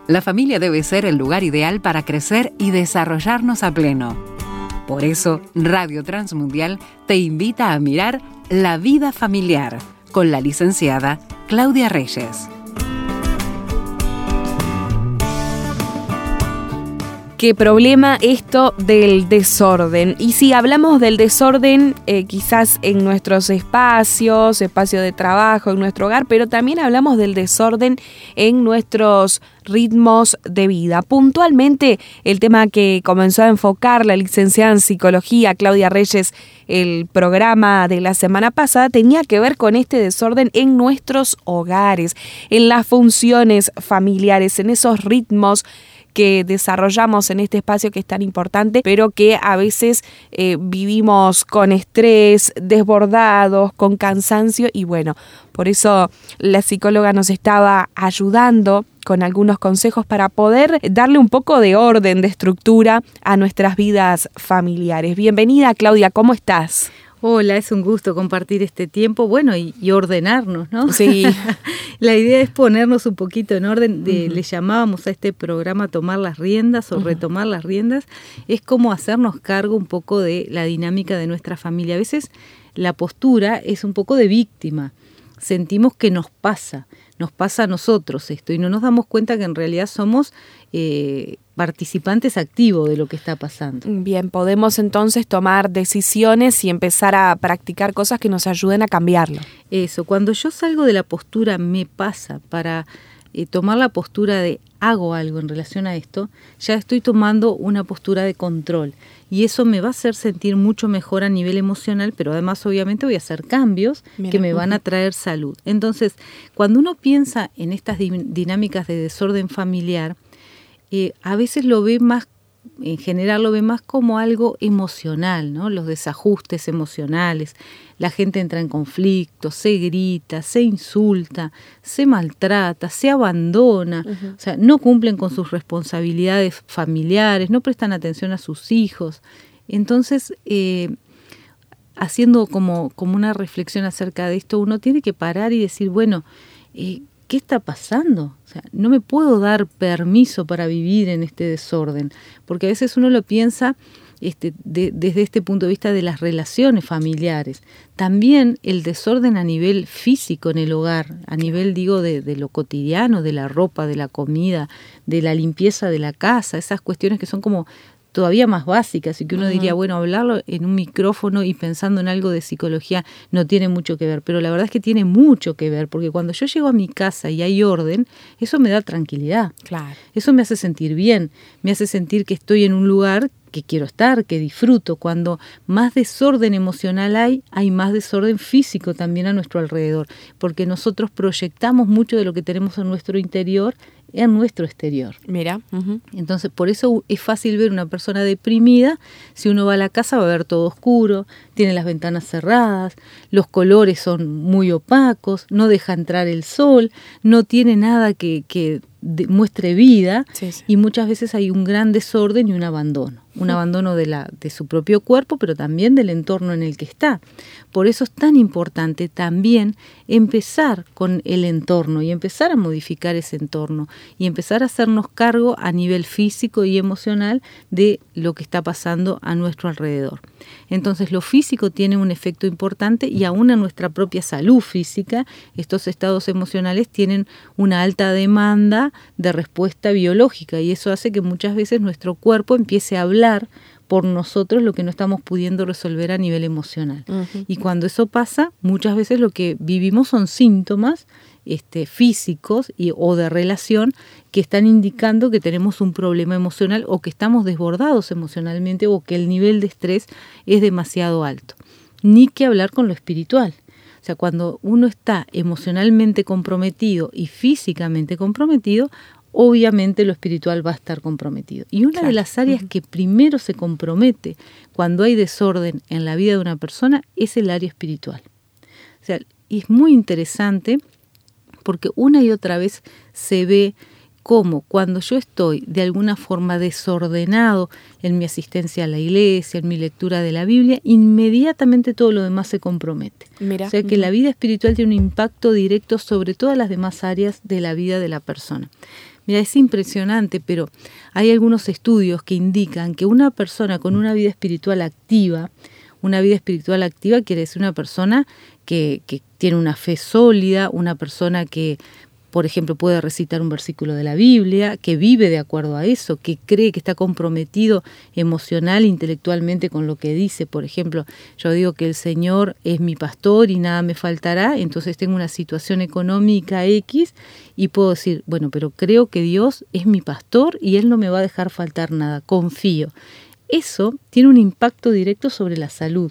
La familia debe ser el lugar ideal para crecer y desarrollarnos a pleno. Por eso, Radio Transmundial te invita a mirar La Vida Familiar con la licenciada Claudia Reyes. Qué problema esto del desorden. Y si hablamos del desorden, quizás en nuestros espacio de trabajo, en nuestro hogar, pero también hablamos del desorden en nuestros ritmos de vida. Puntualmente, el tema que comenzó a enfocar la licenciada en psicología Claudia Reyes, el programa de la semana pasada, tenía que ver con este desorden en nuestros hogares, en las funciones familiares, en esos ritmos que desarrollamos en este espacio que es tan importante, pero que a veces vivimos con estrés, desbordados, con cansancio, y bueno, por eso la psicóloga nos estaba ayudando con algunos consejos para poder darle un poco de orden, de estructura a nuestras vidas familiares. Bienvenida, Claudia, ¿cómo estás? Hola, es un gusto compartir este tiempo, bueno, y ordenarnos, ¿no? Sí. La idea es ponernos un poquito en orden. Le llamábamos a este programa tomar las riendas o retomar las riendas. Es como hacernos cargo un poco de la dinámica de nuestra familia. A veces la postura es un poco de víctima. Sentimos que nos pasa a nosotros esto y no nos damos cuenta que en realidad somos participantes activos de lo que está pasando. Bien, podemos entonces tomar decisiones y empezar a practicar cosas que nos ayuden a cambiarlo. Eso, cuando yo salgo de la postura me pasa para tomar la postura de hago algo en relación a esto, ya estoy tomando una postura de control y eso me va a hacer sentir mucho mejor a nivel emocional, pero además obviamente voy a hacer cambios que me van a traer salud. Entonces, cuando uno piensa en estas dinámicas de desorden familiar, a veces lo ve más, en general lo ve más como algo emocional, ¿no? Los desajustes emocionales, la gente entra en conflicto, se grita, se insulta, se maltrata, se abandona, o sea, no cumplen con sus responsabilidades familiares, no prestan atención a sus hijos. Entonces, haciendo como una reflexión acerca de esto, uno tiene que parar y decir, bueno, ¿qué está pasando? O sea, no me puedo dar permiso para vivir en este desorden, porque a veces uno lo piensa desde este punto de vista de las relaciones familiares. También el desorden a nivel físico en el hogar, a nivel, digo, de lo cotidiano, de la ropa, de la comida, de la limpieza de la casa, esas cuestiones que son como todavía más básicas y que uno diría, bueno, hablarlo en un micrófono y pensando en algo de psicología no tiene mucho que ver, pero la verdad es que tiene mucho que ver, porque cuando yo llego a mi casa y hay orden, eso me da tranquilidad. Claro. Eso me hace sentir bien, me hace sentir que estoy en un lugar que quiero estar, que disfruto. Cuando más desorden emocional hay más desorden físico también a nuestro alrededor, porque nosotros proyectamos mucho de lo que tenemos en nuestro interior en nuestro exterior. Mira. Entonces, por eso es fácil ver una persona deprimida. Si uno va a la casa va a ver todo oscuro, tiene las ventanas cerradas, los colores son muy opacos, no deja entrar el sol, no tiene nada que muestre vida, sí. Y muchas veces hay un gran desorden y un abandono de su propio cuerpo, pero también del entorno en el que está. Por eso es tan importante también empezar con el entorno y empezar a modificar ese entorno y empezar a hacernos cargo a nivel físico y emocional de lo que está pasando a nuestro alrededor. Entonces lo físico tiene un efecto importante y aún en nuestra propia salud física, estos estados emocionales tienen una alta demanda de respuesta biológica y eso hace que muchas veces nuestro cuerpo empiece a hablar por nosotros lo que no estamos pudiendo resolver a nivel emocional. Y cuando eso pasa, muchas veces lo que vivimos son síntomas físicos o de relación que están indicando que tenemos un problema emocional o que estamos desbordados emocionalmente o que el nivel de estrés es demasiado alto. Ni que hablar con lo espiritual. O sea, cuando uno está emocionalmente comprometido y físicamente comprometido, obviamente lo espiritual va a estar comprometido. Y una de las áreas que primero se compromete cuando hay desorden en la vida de una persona es el área espiritual. O sea, y es muy interesante porque una y otra vez se ve cómo cuando yo estoy de alguna forma desordenado en mi asistencia a la iglesia, en mi lectura de la Biblia, inmediatamente todo lo demás se compromete. Mira. O sea que la vida espiritual tiene un impacto directo sobre todas las demás áreas de la vida de la persona. Mira, es impresionante, pero hay algunos estudios que indican que una persona con una vida espiritual activa quiere decir una persona que tiene una fe sólida, una persona que, por ejemplo, puede recitar un versículo de la Biblia, que vive de acuerdo a eso, que cree que está comprometido emocional, intelectualmente con lo que dice. Por ejemplo, yo digo que el Señor es mi pastor y nada me faltará, entonces tengo una situación económica X y puedo decir, bueno, pero creo que Dios es mi pastor y Él no me va a dejar faltar nada, confío. Eso tiene un impacto directo sobre la salud.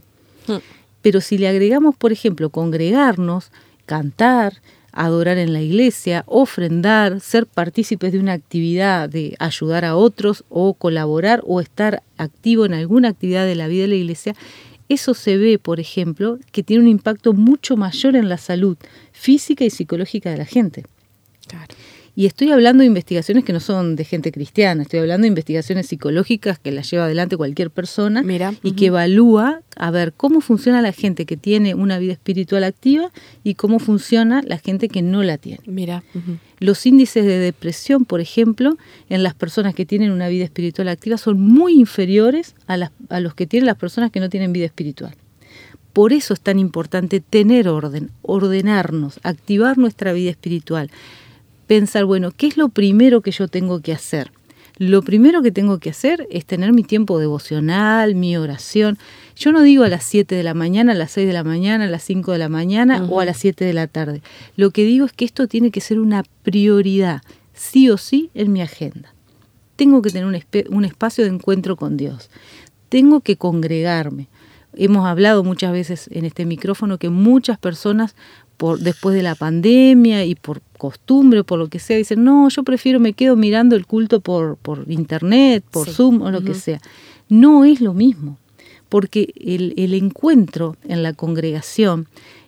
Pero si le agregamos, por ejemplo, congregarnos, cantar, adorar en la iglesia, ofrendar, ser partícipes de una actividad de ayudar a otros o colaborar o estar activo en alguna actividad de la vida de la iglesia, eso se ve, por ejemplo, que tiene un impacto mucho mayor en la salud física y psicológica de la gente. Claro. Y estoy hablando de investigaciones que no son de gente cristiana, estoy hablando de investigaciones psicológicas que las lleva adelante cualquier persona. Mira, y que evalúa a ver cómo funciona la gente que tiene una vida espiritual activa y cómo funciona la gente que no la tiene. Mira. Los índices de depresión, por ejemplo, en las personas que tienen una vida espiritual activa son muy inferiores a los que tienen las personas que no tienen vida espiritual. Por eso es tan importante tener orden, ordenarnos, activar nuestra vida espiritual. Pensar, bueno, ¿qué es lo primero que yo tengo que hacer? Lo primero que tengo que hacer es tener mi tiempo devocional, mi oración. Yo no digo a las 7 de la mañana, a las 6 de la mañana, a las 5 de la mañana o a las 7 de la tarde. Lo que digo es que esto tiene que ser una prioridad, sí o sí, en mi agenda. Tengo que tener un espacio de encuentro con Dios. Tengo que congregarme. Hemos hablado muchas veces en este micrófono que muchas personas después de la pandemia y por costumbre, por lo que sea, dicen, no, yo me quedo mirando el culto por internet, por Zoom o lo que sea. No es lo mismo, porque el encuentro en la congregación,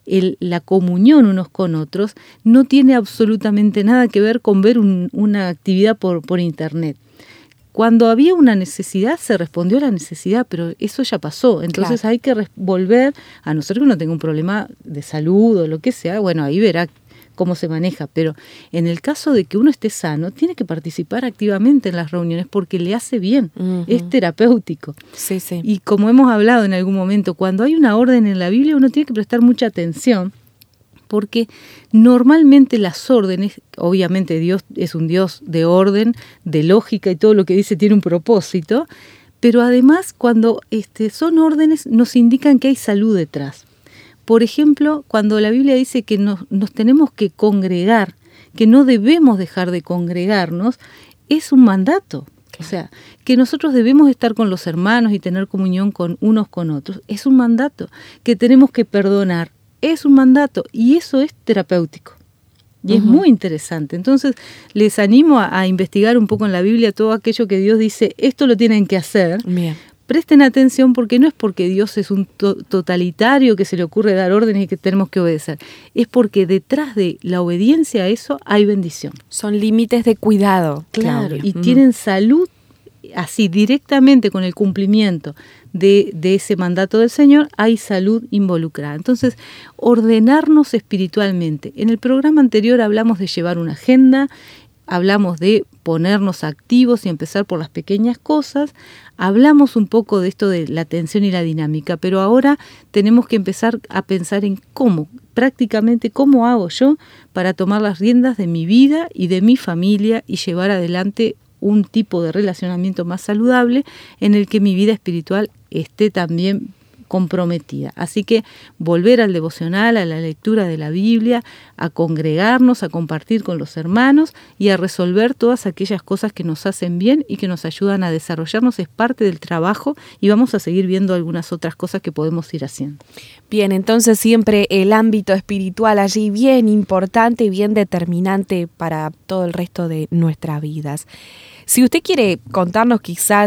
la comunión unos con otros, no tiene absolutamente nada que ver con ver una actividad por internet. Cuando había una necesidad, se respondió a la necesidad, pero eso ya pasó. Entonces claro, hay que volver, a no ser que uno tenga un problema de salud o lo que sea, bueno, ahí verá cómo se maneja. Pero en el caso de que uno esté sano, tiene que participar activamente en las reuniones porque le hace bien, es terapéutico. Sí. Y como hemos hablado en algún momento, cuando hay una orden en la Biblia, uno tiene que prestar mucha atención, porque normalmente las órdenes, obviamente Dios es un Dios de orden, de lógica y todo lo que dice tiene un propósito, pero además cuando son órdenes nos indican que hay salud detrás. Por ejemplo, cuando la Biblia dice que nos tenemos que congregar, que no debemos dejar de congregarnos, es un mandato. O sea, que nosotros debemos estar con los hermanos y tener comunión con unos con otros, es un mandato. Que tenemos que perdonar, es un mandato y eso es terapéutico y es muy interesante. Entonces les animo a investigar un poco en la Biblia todo aquello que Dios dice, esto lo tienen que hacer. Bien. Presten atención porque no es porque Dios es un totalitario que se le ocurre dar órdenes y que tenemos que obedecer, es porque detrás de la obediencia a eso hay bendición. Son límites de cuidado. Claro, Claudia. y tienen salud así directamente con el cumplimiento de ese mandato del Señor, hay salud involucrada. Entonces, ordenarnos espiritualmente. En el programa anterior hablamos de llevar una agenda, hablamos de ponernos activos y empezar por las pequeñas cosas, hablamos un poco de esto de la atención y la dinámica, pero ahora tenemos que empezar a pensar en prácticamente cómo hago yo para tomar las riendas de mi vida y de mi familia y llevar adelante un tipo de relacionamiento más saludable en el que mi vida espiritual esté también comprometida. Así que volver al devocional, a la lectura de la Biblia, a congregarnos, a compartir con los hermanos y a resolver todas aquellas cosas que nos hacen bien y que nos ayudan a desarrollarnos es parte del trabajo y vamos a seguir viendo algunas otras cosas que podemos ir haciendo. Bien, entonces siempre el ámbito espiritual allí bien importante y bien determinante para todo el resto de nuestras vidas. Si usted quiere contarnos quizás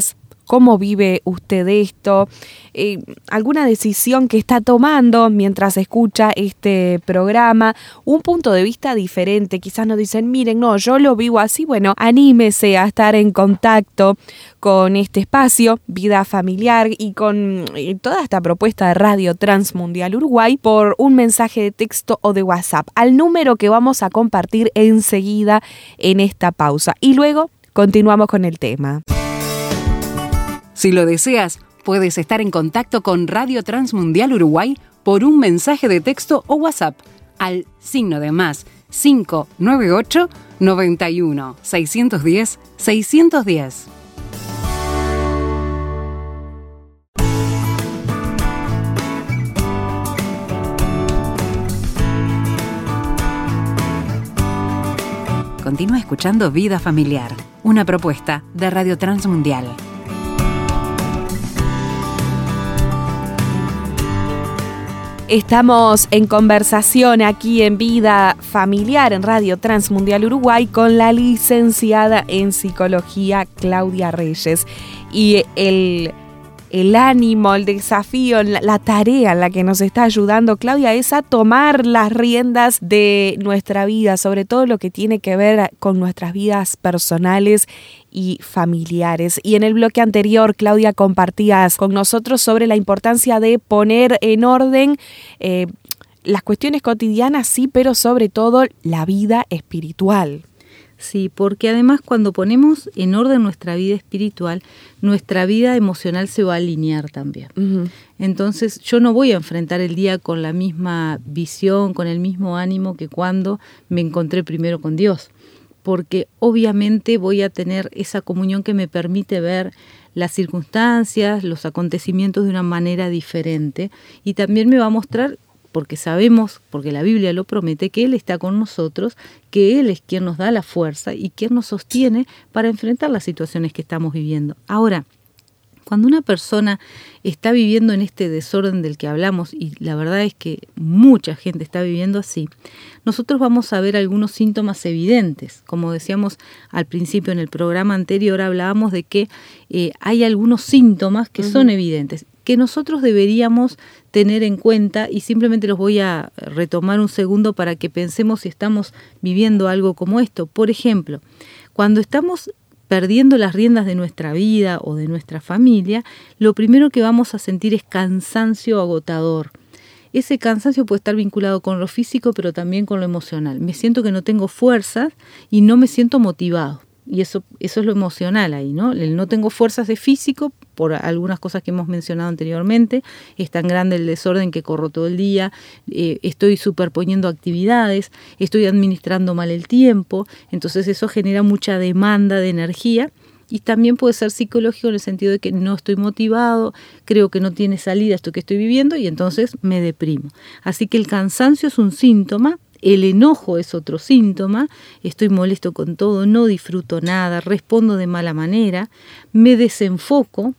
¿Cómo vive usted esto? ¿Alguna decisión que está tomando mientras escucha este programa? Un punto de vista diferente. Quizás nos dicen, miren, no, yo lo vivo así. Bueno, anímese a estar en contacto con este espacio, Vida Familiar, y con toda esta propuesta de Radio Transmundial Uruguay por un mensaje de texto o de WhatsApp al número que vamos a compartir enseguida en esta pausa. Y luego continuamos con el tema. Si lo deseas, puedes estar en contacto con Radio Transmundial Uruguay por un mensaje de texto o WhatsApp al +598 91 610 610. Continúa escuchando Vida Familiar, una propuesta de Radio Transmundial. Estamos en conversación aquí en Vida Familiar en Radio Transmundial Uruguay con la licenciada en Psicología Claudia Reyes. Y el ánimo, el desafío, la tarea en la que nos está ayudando Claudia es a tomar las riendas de nuestra vida, sobre todo lo que tiene que ver con nuestras vidas personales y familiares. Y en el bloque anterior, Claudia, compartías con nosotros sobre la importancia de poner en orden las cuestiones cotidianas, sí, pero sobre todo la vida espiritual. Sí, porque además cuando ponemos en orden nuestra vida espiritual, nuestra vida emocional se va a alinear también. Uh-huh. Entonces yo no voy a enfrentar el día con la misma visión, con el mismo ánimo que cuando me encontré primero con Dios, porque obviamente voy a tener esa comunión que me permite ver las circunstancias, los acontecimientos de una manera diferente, y también me va a mostrar, porque sabemos, porque la Biblia lo promete, que Él está con nosotros, que Él es quien nos da la fuerza y quien nos sostiene para enfrentar las situaciones que estamos viviendo. Ahora, cuando una persona está viviendo en este desorden del que hablamos, y la verdad es que mucha gente está viviendo así, nosotros vamos a ver algunos síntomas evidentes. Como decíamos al principio en el programa anterior, hablábamos de que hay algunos síntomas que son evidentes, que nosotros deberíamos tener en cuenta, y simplemente los voy a retomar un segundo para que pensemos si estamos viviendo algo como esto. Por ejemplo, cuando estamos perdiendo las riendas de nuestra vida o de nuestra familia, lo primero que vamos a sentir es cansancio agotador. Ese cansancio puede estar vinculado con lo físico, pero también con lo emocional. Me siento que no tengo fuerzas y no me siento motivado. Y eso es lo emocional ahí, ¿no? El no tengo fuerzas de físico, por algunas cosas que hemos mencionado anteriormente. Es tan grande el desorden que corro todo el día, estoy superponiendo actividades, estoy administrando mal el tiempo, entonces eso genera mucha demanda de energía. Y también puede ser psicológico en el sentido de que no estoy motivado, creo que no tiene salida esto que estoy viviendo y entonces me deprimo. Así que el cansancio es un síntoma. El enojo es otro síntoma, estoy molesto con todo, no disfruto nada, respondo de mala manera, me desenfoco,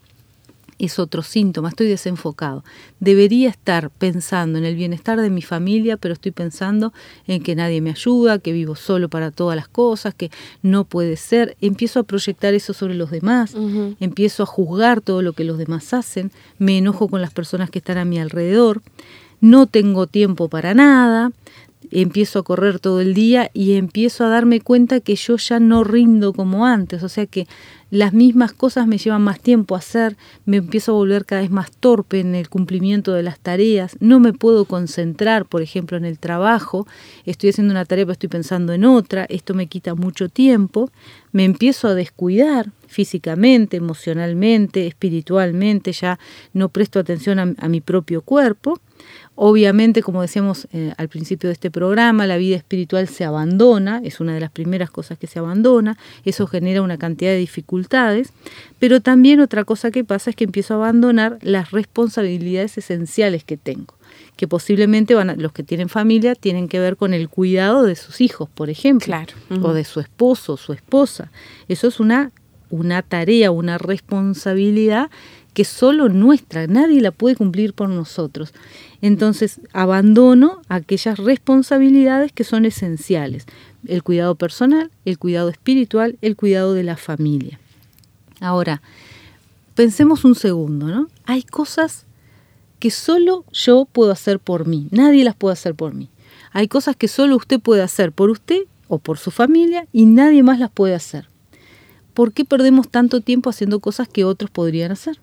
es otro síntoma, estoy desenfocado. Debería estar pensando en el bienestar de mi familia, pero estoy pensando en que nadie me ayuda, que vivo solo para todas las cosas, que no puede ser. Empiezo a proyectar eso sobre los demás, empiezo a juzgar todo lo que los demás hacen, me enojo con las personas que están a mi alrededor, no tengo tiempo para nada. Empiezo a correr todo el día y empiezo a darme cuenta que yo ya no rindo como antes, o sea que las mismas cosas me llevan más tiempo a hacer, me empiezo a volver cada vez más torpe en el cumplimiento de las tareas, no me puedo concentrar, por ejemplo, en el trabajo, estoy haciendo una tarea pero estoy pensando en otra, esto me quita mucho tiempo, me empiezo a descuidar físicamente, emocionalmente, espiritualmente, ya no presto atención a mi propio cuerpo. Obviamente, como decíamos al principio de este programa, la vida espiritual se abandona, es una de las primeras cosas que se abandona, eso genera una cantidad de dificultades, pero también otra cosa que pasa es que empiezo a abandonar las responsabilidades esenciales que tengo, que posiblemente los que tienen familia tienen que ver con el cuidado de sus hijos, por ejemplo, claro. O de su esposo o su esposa. Eso es una tarea, una responsabilidad que solo nuestra, nadie la puede cumplir por nosotros. Entonces abandono aquellas responsabilidades que son esenciales, el cuidado personal, el cuidado espiritual, el cuidado de la familia. Ahora, pensemos un segundo, ¿no? Hay cosas que solo yo puedo hacer por mí, nadie las puede hacer por mí. Hay cosas que solo usted puede hacer por usted o por su familia y nadie más las puede hacer. ¿Por qué perdemos tanto tiempo haciendo cosas que otros podrían hacer?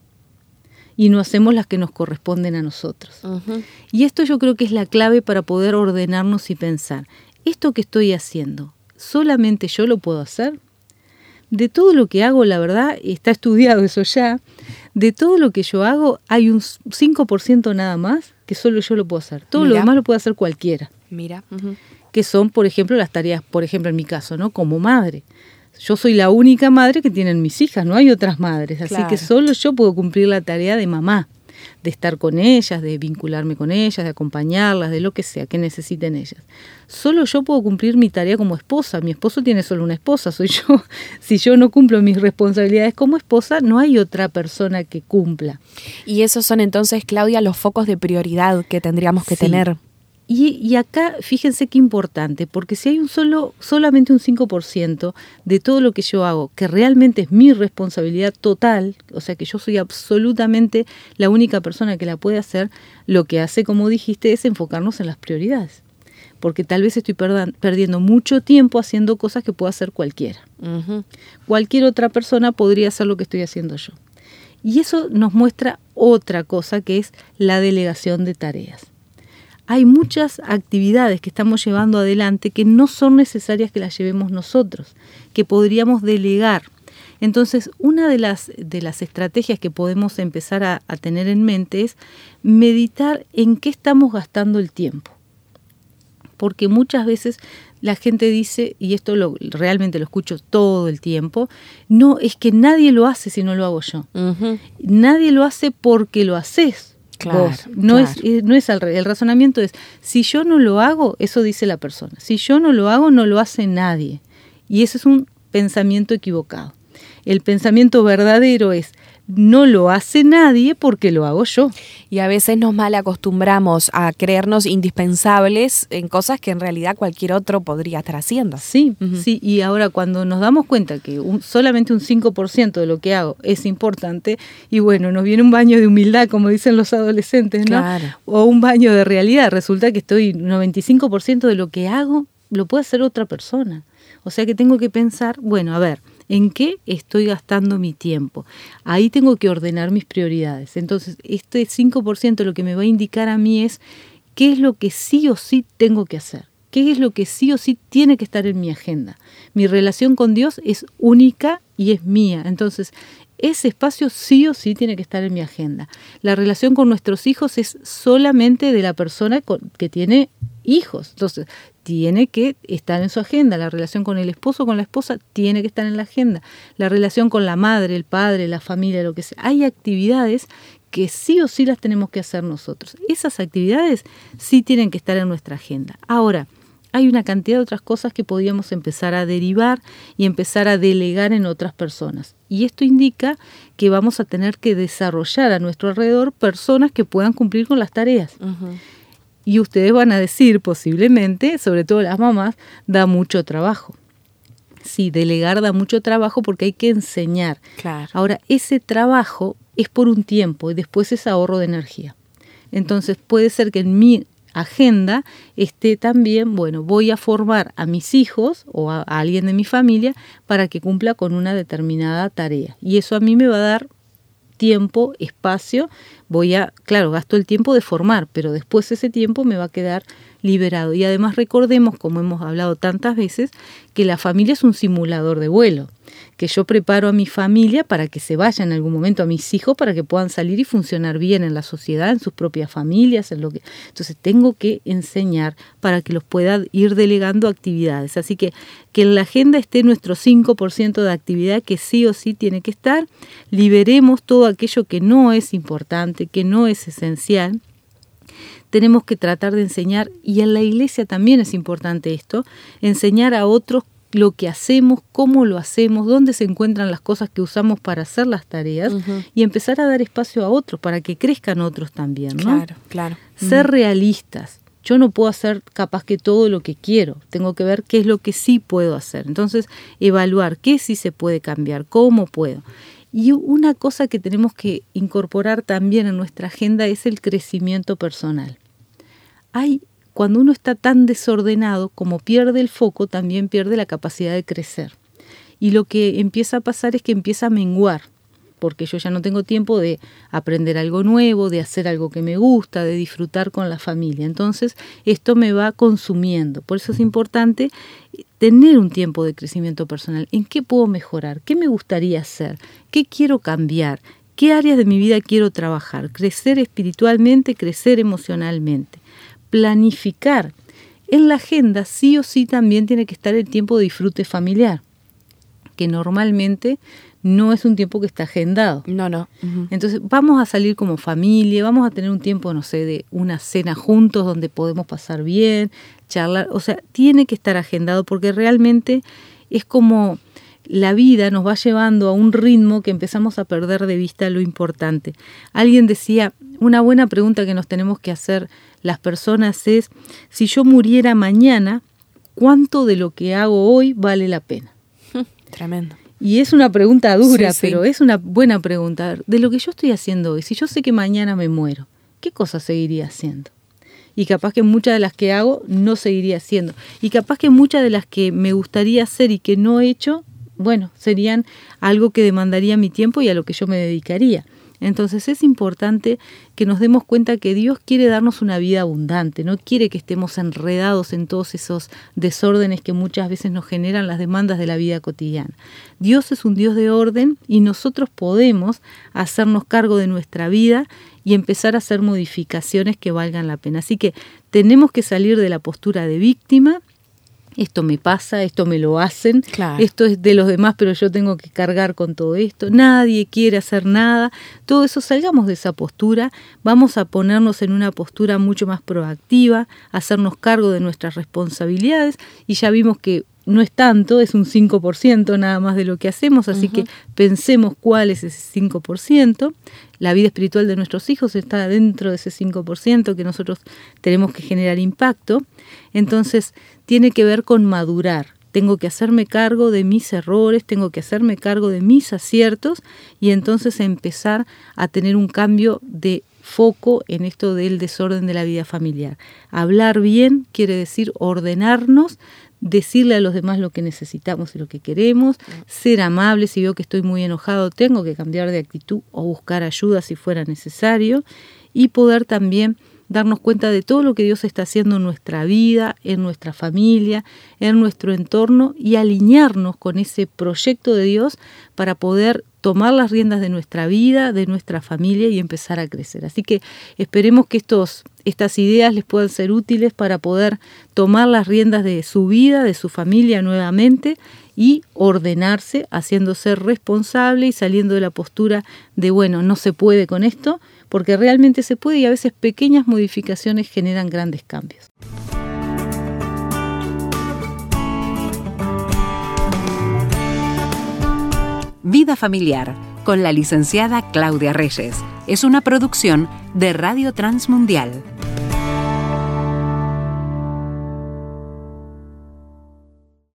Y no hacemos las que nos corresponden a nosotros. Uh-huh. Y esto yo creo que es la clave para poder ordenarnos y pensar, ¿esto que estoy haciendo, solamente yo lo puedo hacer? De todo lo que hago, la verdad, está estudiado eso ya, de todo lo que yo hago hay un 5% nada más que solo yo lo puedo hacer. Todo lo demás lo puede hacer cualquiera. Mira. Uh-huh. Que son, por ejemplo, las tareas, por ejemplo, en mi caso, ¿no? Como madre. Yo soy la única madre que tienen mis hijas, no hay otras madres, así que solo yo puedo cumplir la tarea de mamá, de estar con ellas, de vincularme con ellas, de acompañarlas, de lo que sea que necesiten ellas. Solo yo puedo cumplir mi tarea como esposa, mi esposo tiene solo una esposa, soy yo. Si yo no cumplo mis responsabilidades como esposa, no hay otra persona que cumpla. Y esos son entonces, Claudia, los focos de prioridad que tendríamos que tener. Y acá, fíjense qué importante, porque si hay solamente un 5% de todo lo que yo hago, que realmente es mi responsabilidad total, o sea que yo soy absolutamente la única persona que la puede hacer, lo que hace, como dijiste, es enfocarnos en las prioridades. Porque tal vez estoy perdiendo mucho tiempo haciendo cosas que puede hacer cualquiera. Uh-huh. Cualquier otra persona podría hacer lo que estoy haciendo yo. Y eso nos muestra otra cosa, que es la delegación de tareas. Hay muchas actividades que estamos llevando adelante que no son necesarias que las llevemos nosotros, que podríamos delegar. Entonces, una de las estrategias que podemos empezar a tener en mente es meditar en qué estamos gastando el tiempo. Porque muchas veces la gente dice, y esto realmente lo escucho todo el tiempo, no, es que nadie lo hace si no lo hago yo. Uh-huh. Nadie lo hace porque lo haces. Claro, no es el razonamiento es, si yo no lo hago, eso dice la persona, si yo no lo hago, no lo hace nadie. Y ese es un pensamiento equivocado. El pensamiento verdadero es, no lo hace nadie porque lo hago yo. Y a veces nos mal acostumbramos a creernos indispensables en cosas que en realidad cualquier otro podría estar haciendo. Sí, uh-huh. Sí. Y ahora cuando nos damos cuenta que solamente un 5% de lo que hago es importante, y bueno, nos viene un baño de humildad, como dicen los adolescentes, ¿no? Claro. O un baño de realidad. Resulta que 95% de lo que hago lo puede hacer otra persona. O sea que tengo que pensar, bueno, a ver, ¿en qué estoy gastando mi tiempo? Ahí tengo que ordenar mis prioridades. Entonces, este 5% lo que me va a indicar a mí es qué es lo que sí o sí tengo que hacer. ¿Qué es lo que sí o sí tiene que estar en mi agenda? Mi relación con Dios es única y es mía. Entonces, ese espacio sí o sí tiene que estar en mi agenda. La relación con nuestros hijos es solamente de la persona que tiene hijos. Entonces, tiene que estar en su agenda. La relación con el esposo, con la esposa, tiene que estar en la agenda. La relación con la madre, el padre, la familia, lo que sea. Hay actividades que sí o sí las tenemos que hacer nosotros. Esas actividades sí tienen que estar en nuestra agenda. Ahora, hay una cantidad de otras cosas que podríamos empezar a derivar y empezar a delegar en otras personas. Y esto indica que vamos a tener que desarrollar a nuestro alrededor personas que puedan cumplir con las tareas. Uh-huh. Y ustedes van a decir, posiblemente, sobre todo las mamás, da mucho trabajo. Sí, delegar da mucho trabajo porque hay que enseñar. Claro. Ahora, ese trabajo es por un tiempo y después es ahorro de energía. Entonces, puede ser que en mi agenda esté también, bueno, voy a formar a mis hijos o a alguien de mi familia para que cumpla con una determinada tarea. Y eso a mí me va a dar tiempo, espacio, gasto el tiempo de formar, pero después ese tiempo me va a quedar liberado. Y además recordemos, como hemos hablado tantas veces, que la familia es un simulador de vuelo, que yo preparo a mi familia para que se vayan en algún momento, a mis hijos, para que puedan salir y funcionar bien en la sociedad, en sus propias familias, entonces tengo que enseñar para que los pueda ir delegando actividades. Así que en la agenda esté nuestro 5% de actividad que sí o sí tiene que estar. Liberemos todo aquello que no es importante, que no es esencial. Tenemos que tratar de enseñar, y en la iglesia también es importante esto, enseñar a otros lo que hacemos, cómo lo hacemos, dónde se encuentran las cosas que usamos para hacer las tareas, uh-huh, y empezar a dar espacio a otros para que crezcan otros también, ¿no? Claro. Ser realistas. Yo no puedo hacer capaz que todo lo que quiero, tengo que ver qué es lo que sí puedo hacer. Entonces, evaluar qué sí se puede cambiar, cómo puedo. Y una cosa que tenemos que incorporar también en nuestra agenda es el crecimiento personal. Cuando uno está tan desordenado, como pierde el foco, también pierde la capacidad de crecer. Y lo que empieza a pasar es que empieza a menguar, porque yo ya no tengo tiempo de aprender algo nuevo, de hacer algo que me gusta, de disfrutar con la familia. Entonces, esto me va consumiendo. Por eso es importante tener un tiempo de crecimiento personal. ¿En qué puedo mejorar? ¿Qué me gustaría hacer? ¿Qué quiero cambiar? ¿Qué áreas de mi vida quiero trabajar? Crecer espiritualmente, crecer emocionalmente. Planificar. En la agenda sí o sí también tiene que estar el tiempo de disfrute familiar, que normalmente no es un tiempo que está agendado. No. Uh-huh. Entonces vamos a salir como familia, vamos a tener un tiempo, no sé, de una cena juntos donde podemos pasar bien, charlar. O sea, tiene que estar agendado porque realmente es como la vida nos va llevando a un ritmo que empezamos a perder de vista lo importante. Alguien decía, una buena pregunta que nos tenemos que hacer las personas es, si yo muriera mañana, ¿cuánto de lo que hago hoy vale la pena? Tremendo. Y es una pregunta dura, sí. Pero es una buena pregunta. De lo que yo estoy haciendo hoy, si yo sé que mañana me muero, ¿qué cosas seguiría haciendo? Y capaz que muchas de las que hago no seguiría haciendo. Y capaz que muchas de las que me gustaría hacer y que no he hecho, bueno, serían algo que demandaría mi tiempo y a lo que yo me dedicaría. Entonces es importante que nos demos cuenta que Dios quiere darnos una vida abundante, no quiere que estemos enredados en todos esos desórdenes que muchas veces nos generan las demandas de la vida cotidiana. Dios es un Dios de orden y nosotros podemos hacernos cargo de nuestra vida y empezar a hacer modificaciones que valgan la pena. Así que tenemos que salir de la postura de víctima. Esto me pasa, esto me lo hacen, claro. Esto es de los demás, pero yo tengo que cargar con todo esto, nadie quiere hacer nada. Todo eso, salgamos de esa postura, vamos a ponernos en una postura mucho más proactiva, hacernos cargo de nuestras responsabilidades, y ya vimos que no es tanto, es un 5% nada más de lo que hacemos, así que pensemos cuál es ese 5%. La vida espiritual de nuestros hijos está dentro de ese 5% que nosotros tenemos que generar impacto. Entonces, tiene que ver con madurar. Tengo que hacerme cargo de mis errores, tengo que hacerme cargo de mis aciertos y entonces empezar a tener un cambio de foco en esto del desorden de la vida familiar. Hablar bien quiere decir ordenarnos, decirle a los demás lo que necesitamos y lo que queremos, ser amables. Si veo que estoy muy enojado, tengo que cambiar de actitud o buscar ayuda si fuera necesario, y poder también darnos cuenta de todo lo que Dios está haciendo en nuestra vida, en nuestra familia, en nuestro entorno, y alinearnos con ese proyecto de Dios para poder tomar las riendas de nuestra vida, de nuestra familia y empezar a crecer. Así que esperemos que estas ideas les puedan ser útiles para poder tomar las riendas de su vida, de su familia nuevamente y ordenarse, haciéndose responsable y saliendo de la postura de, bueno, no se puede con esto, porque realmente se puede y a veces pequeñas modificaciones generan grandes cambios. Vida Familiar, con la licenciada Claudia Reyes. Es una producción de Radio Transmundial.